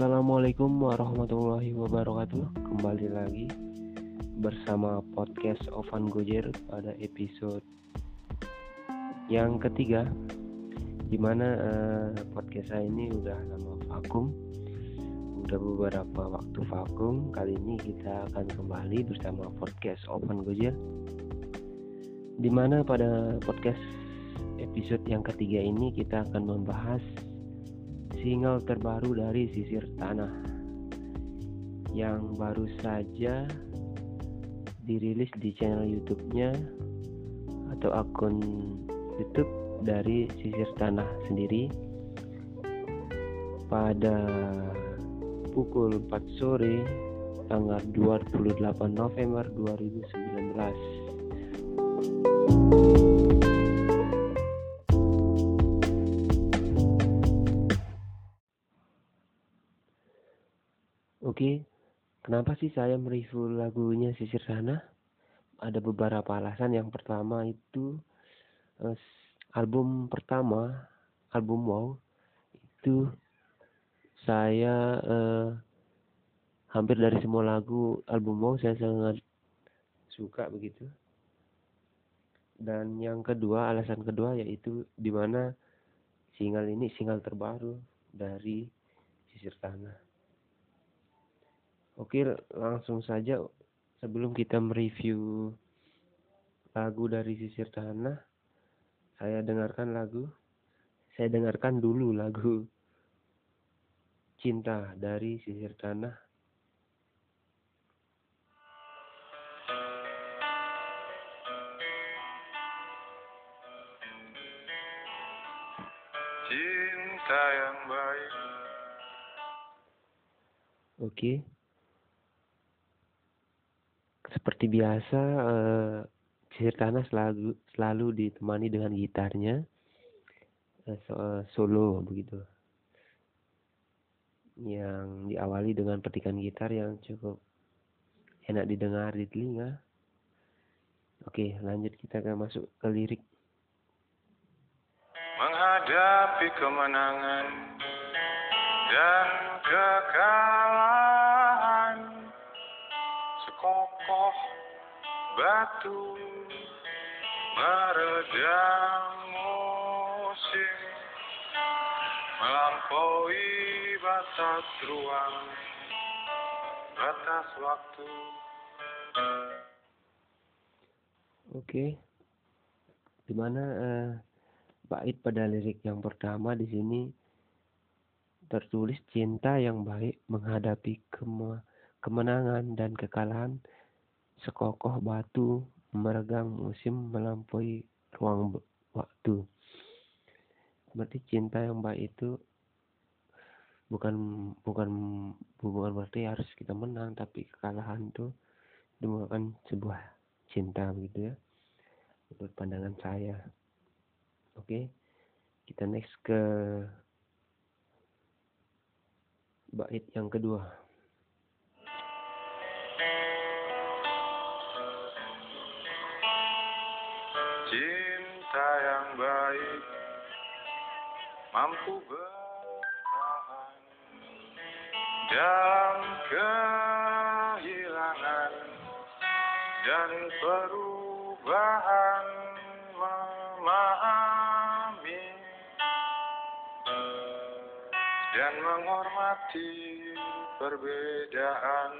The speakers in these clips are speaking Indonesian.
Assalamualaikum warahmatullahi wabarakatuh. Kembali lagi bersama podcast Ovan Gojer pada episode yang ketiga, dimana podcast saya ini udah lama vakum, udah beberapa waktu vakum. Kali ini kita akan kembali bersama podcast Ovan Gojer, dimana pada podcast episode yang ketiga ini kita akan membahas single terbaru dari Sisir Tanah yang baru saja dirilis di channel YouTube-nya atau akun YouTube dari Sisir Tanah sendiri pada pukul 4 sore tanggal 28 November 2019. Oke, kenapa sih saya mereview lagunya Sisir Tanah? Ada beberapa alasan. Yang pertama itu album pertama, album Wow, itu saya hampir dari semua lagu album Wow saya sangat suka begitu. Dan yang kedua, alasan kedua yaitu dimana single ini single terbaru dari Sisir Tanah. Oke, langsung saja sebelum kita mereview lagu dari Sisir Tanah, saya dengarkan dulu lagu Cinta dari Sisir Tanah. Cinta yang baik. Oke. Seperti biasa, Sisir Tanah selalu ditemani dengan gitarnya, solo begitu, yang diawali dengan petikan gitar yang cukup enak didengar di telinga. Oke, lanjut kita masuk ke lirik. Menghadapi kemenangan dan kekalahan, sekokoh batu meredam musim, melampaui batas ruang, batas waktu. Oke, dimana bait pada lirik yang pertama di sini tertulis cinta yang baik menghadapi kemenangan dan kekalahan, sekokoh batu meregang musim melampaui ruang waktu. Berarti cinta yang baik itu bukan berarti harus kita menang, tapi kekalahan itu merupakan sebuah cinta begitu ya, menurut pandangan saya. Oke, kita next ke bait yang kedua. Cinta yang baik mampu bertahan dalam kehilangan dan perubahan, memahami dan menghormati perbedaan.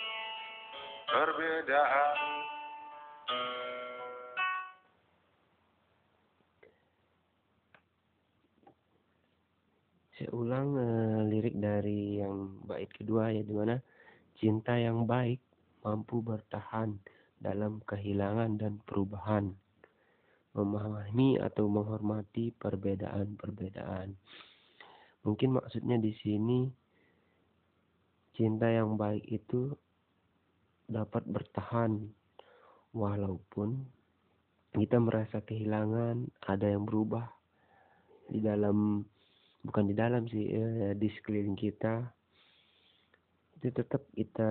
Saya ulang lirik dari yang bait kedua, ya, dimana cinta yang baik mampu bertahan dalam kehilangan dan perubahan, memahami atau menghormati perbedaan. Mungkin maksudnya di sini cinta yang baik itu dapat bertahan walaupun kita merasa kehilangan, ada yang berubah di sekeliling kita. Itu tetap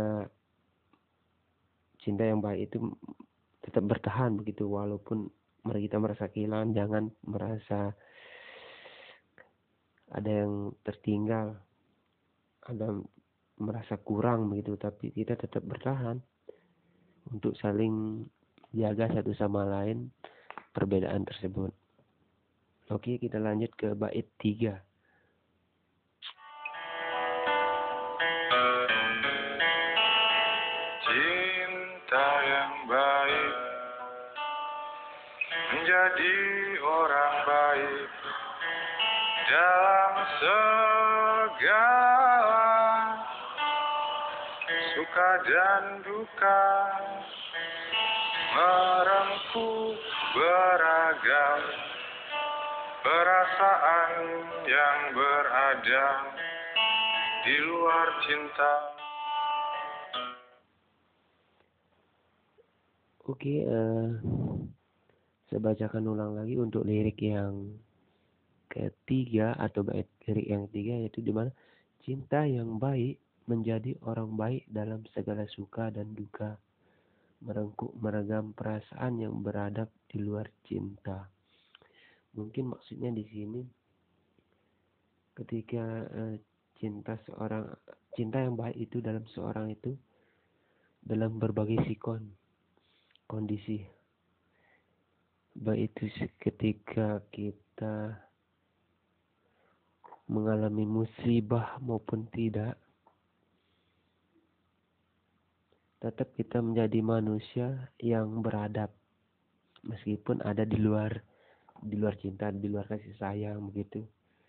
cinta yang baik itu tetap bertahan begitu, walaupun kita merasa kehilangan. Jangan merasa ada yang tertinggal ada merasa kurang begitu, tapi kita tetap bertahan untuk saling jaga satu sama lain perbedaan tersebut. Oke, kita lanjut ke bait 3. Cinta yang baik menjadi orang baik dalam segala suka dan duka, merengkuh beragam perasaan yang berada di luar cinta. Oke, saya bacakan ulang lagi untuk lirik yang ketiga atau bait lirik yang ketiga, yaitu di mana cinta yang baik menjadi orang baik dalam segala suka dan duka, merengkuh meregam perasaan yang beradab di luar cinta. Mungkin maksudnya di sini ketika cinta yang baik itu dalam seorang itu dalam berbagai kondisi, baik itu ketika kita mengalami musibah maupun tidak, tetap kita menjadi manusia yang beradab meskipun ada di luar cinta, di luar kasih sayang begitu.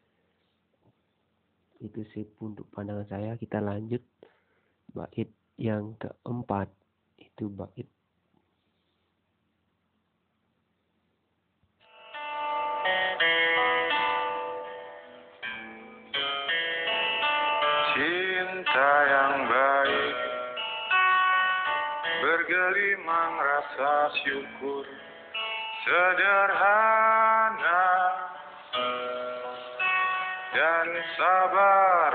Itu sih untuk pandangan saya. Kita lanjut bait yang keempat, itu bait Cinta yang baik bergelimang rasa syukur, sederhana dan sabar,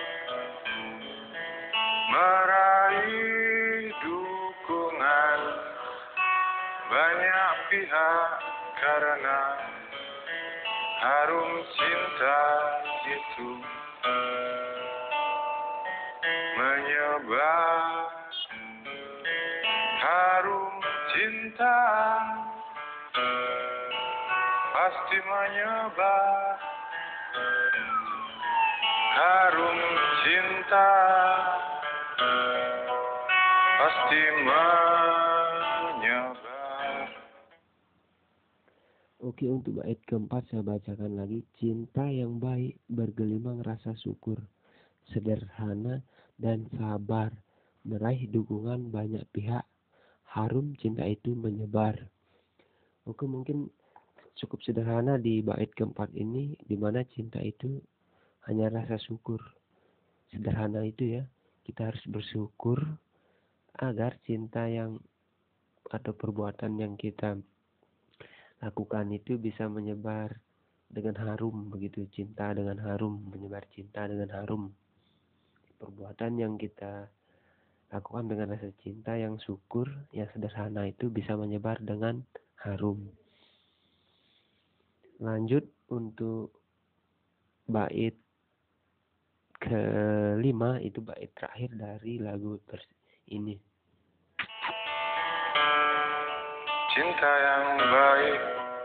meraih dukungan banyak pihak karena harum cinta itu menyebar. Harum cinta pasti menyebar. Harum cinta pasti menyebar. Oke, untuk bait keempat saya bacakan lagi. Cinta yang baik bergelimang rasa syukur, sederhana dan sabar, meraih dukungan banyak pihak, harum cinta itu menyebar. Oke, mungkin cukup sederhana di bait keempat ini, di mana cinta itu hanya rasa syukur. Sederhana itu ya, kita harus bersyukur agar cinta yang atau perbuatan yang kita lakukan itu bisa menyebar dengan harum begitu. Cinta dengan harum, menyebar cinta dengan harum. Perbuatan yang kita lakukan dengan rasa cinta yang syukur, yang sederhana itu bisa menyebar dengan harum. Lanjut untuk bait kelima, itu bait terakhir dari lagu ini. Cinta yang baik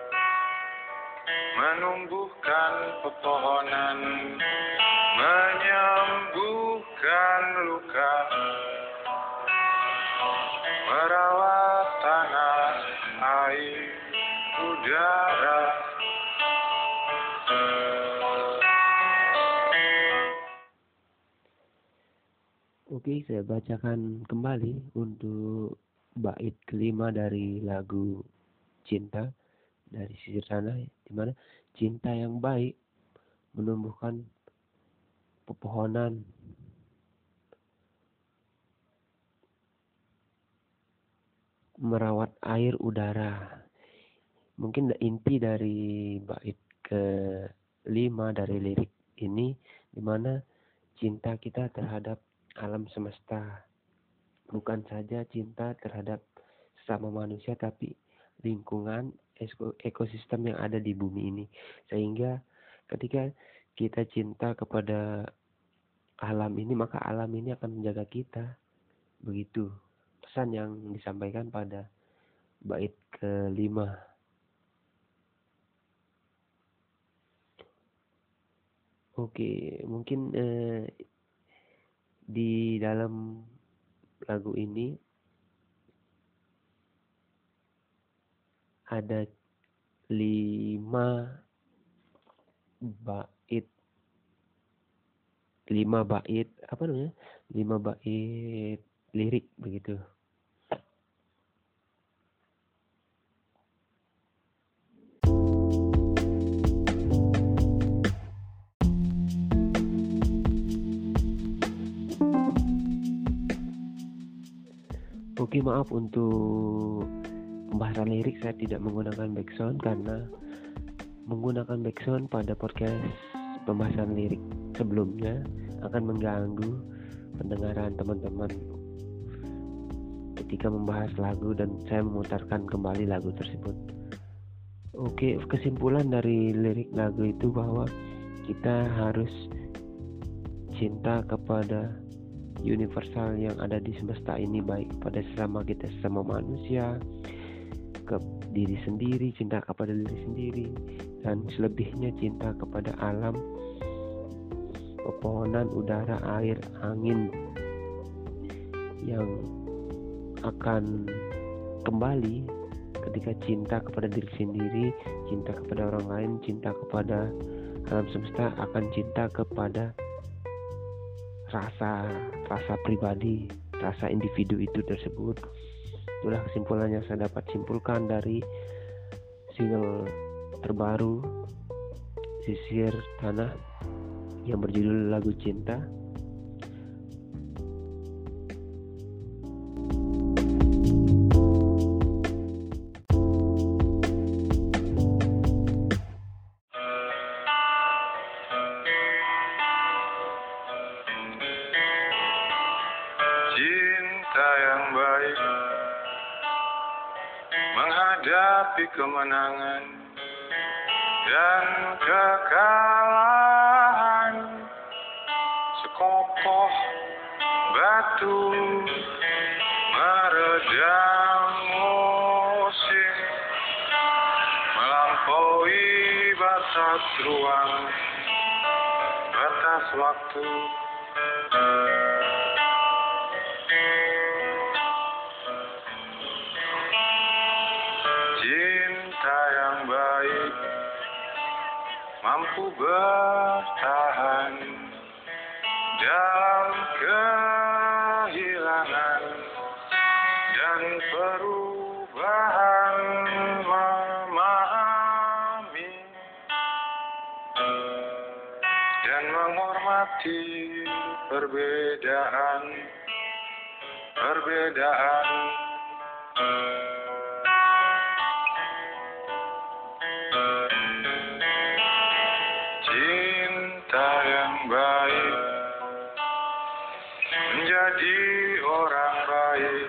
menumbuhkan pepohonan, menyembuhkan luka, merawat tanah, air, udara. Oke, saya bacakan kembali untuk bait kelima dari lagu Cinta dari sisi sana, di mana cinta yang baik menumbuhkan pepohonan, merawat air udara. Mungkin inti dari bait kelima dari lirik ini, di mana cinta kita terhadap alam semesta, bukan saja cinta terhadap sesama manusia, tapi lingkungan ekosistem yang ada di bumi ini. Sehingga ketika kita cinta kepada alam ini, maka alam ini akan menjaga kita. Begitu pesan yang disampaikan pada bait kelima. Oke, mungkin di dalam lagu ini ada 5 bait 5 bait apa namanya 5 bait lirik begitu. Oke, maaf untuk pembahasan lirik saya tidak menggunakan backsound karena menggunakan backsound pada podcast pembahasan lirik sebelumnya akan mengganggu pendengaran teman-teman ketika membahas lagu dan saya memutarkan kembali lagu tersebut. Oke, kesimpulan dari lirik lagu itu bahwa kita harus cinta kepada universal yang ada di semesta ini, baik pada sesama kita, sesama manusia, ke diri sendiri, cinta kepada diri sendiri, dan selebihnya cinta kepada alam, pepohonan, udara, air, angin yang akan kembali ketika cinta kepada diri sendiri, cinta kepada orang lain, cinta kepada alam semesta, akan cinta kepada rasa pribadi, rasa individu itu tersebut. Itulah kesimpulan yang saya dapat simpulkan dari single terbaru Sisir Tanah yang berjudul Lagu Cinta. Cinta yang baik menghadapi kemenangan dan kekalahan, sekokoh batu meredam musim, melampaui batas ruang, batas waktu. Cinta yang baik mampu bertahan dalam kehilangan dan perubahan, memahami dan menghormati perbedaan. Cinta yang baik menjadi orang baik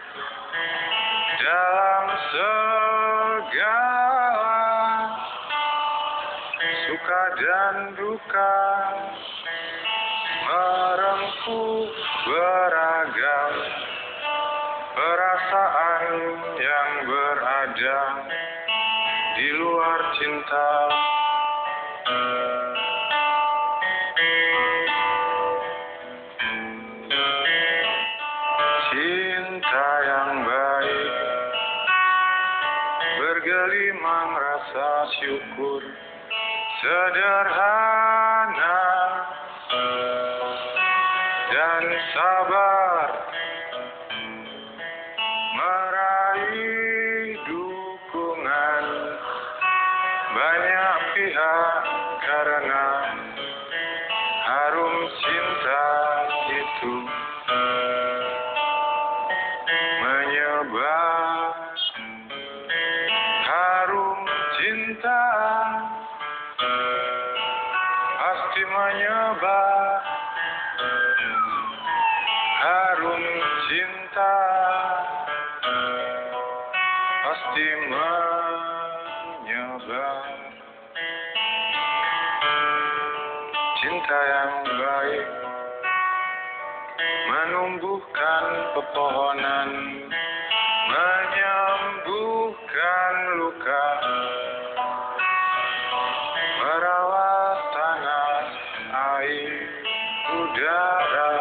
dalam segala suka dan duka, merengkuh beragam perasaan yang berada di luar cinta. Cinta yang baik bergelimang rasa syukur sederhana dan sabar, meraih dukungan banyak pihak karena harum cinta itu menyebar. Harum cinta pasti menyebar. Harum cinta pasti menyebar. Cinta yang baik menyembuhkan pepohonan, menyembuhkan luka, merawat tanah, air, udara.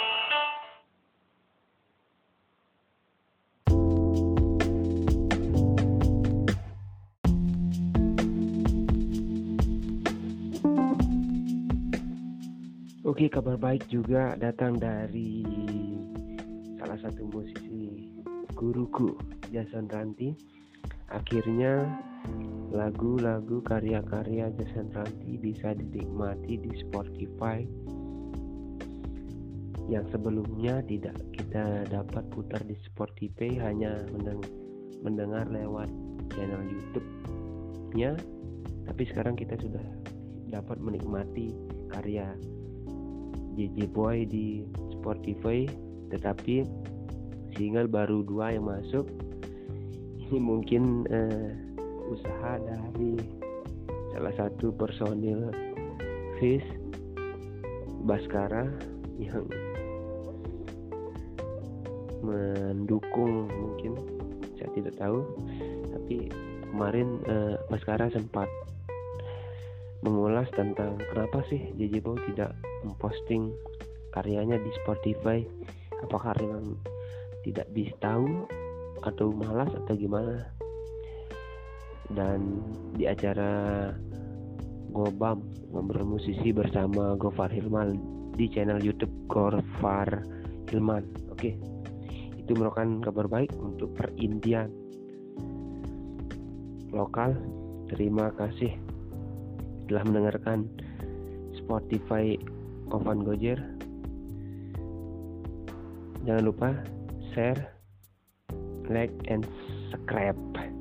Oke, kabar baik juga datang dari salah satu musisi guruku, Jason Ranti. Akhirnya lagu-lagu karya-karya Jason Ranti bisa dinikmati di Spotify yang sebelumnya tidak kita dapat putar di Spotify, hanya mendengar lewat channel YouTube-nya. Tapi sekarang kita sudah dapat menikmati karya JJ Boy di Spotify, tetapi single baru 2 yang masuk. Ini mungkin usaha dari salah satu personil Fish, Baskara, yang mendukung, mungkin saya tidak tahu. Tapi kemarin Baskara sempat mengulas tentang kenapa sih JJ Boy tidak memposting karyanya di Spotify. Apakah karena tidak bisa tahu atau malas atau gimana? Dan di acara Gobam, ngobrol musisi bersama Gofar Hilman di channel YouTube Gofar Hilman. Oke, itu merupakan kabar baik untuk perindian lokal. Terima kasih telah mendengarkan Spotify Ovan Gojer. Jangan lupa share, like, and subscribe.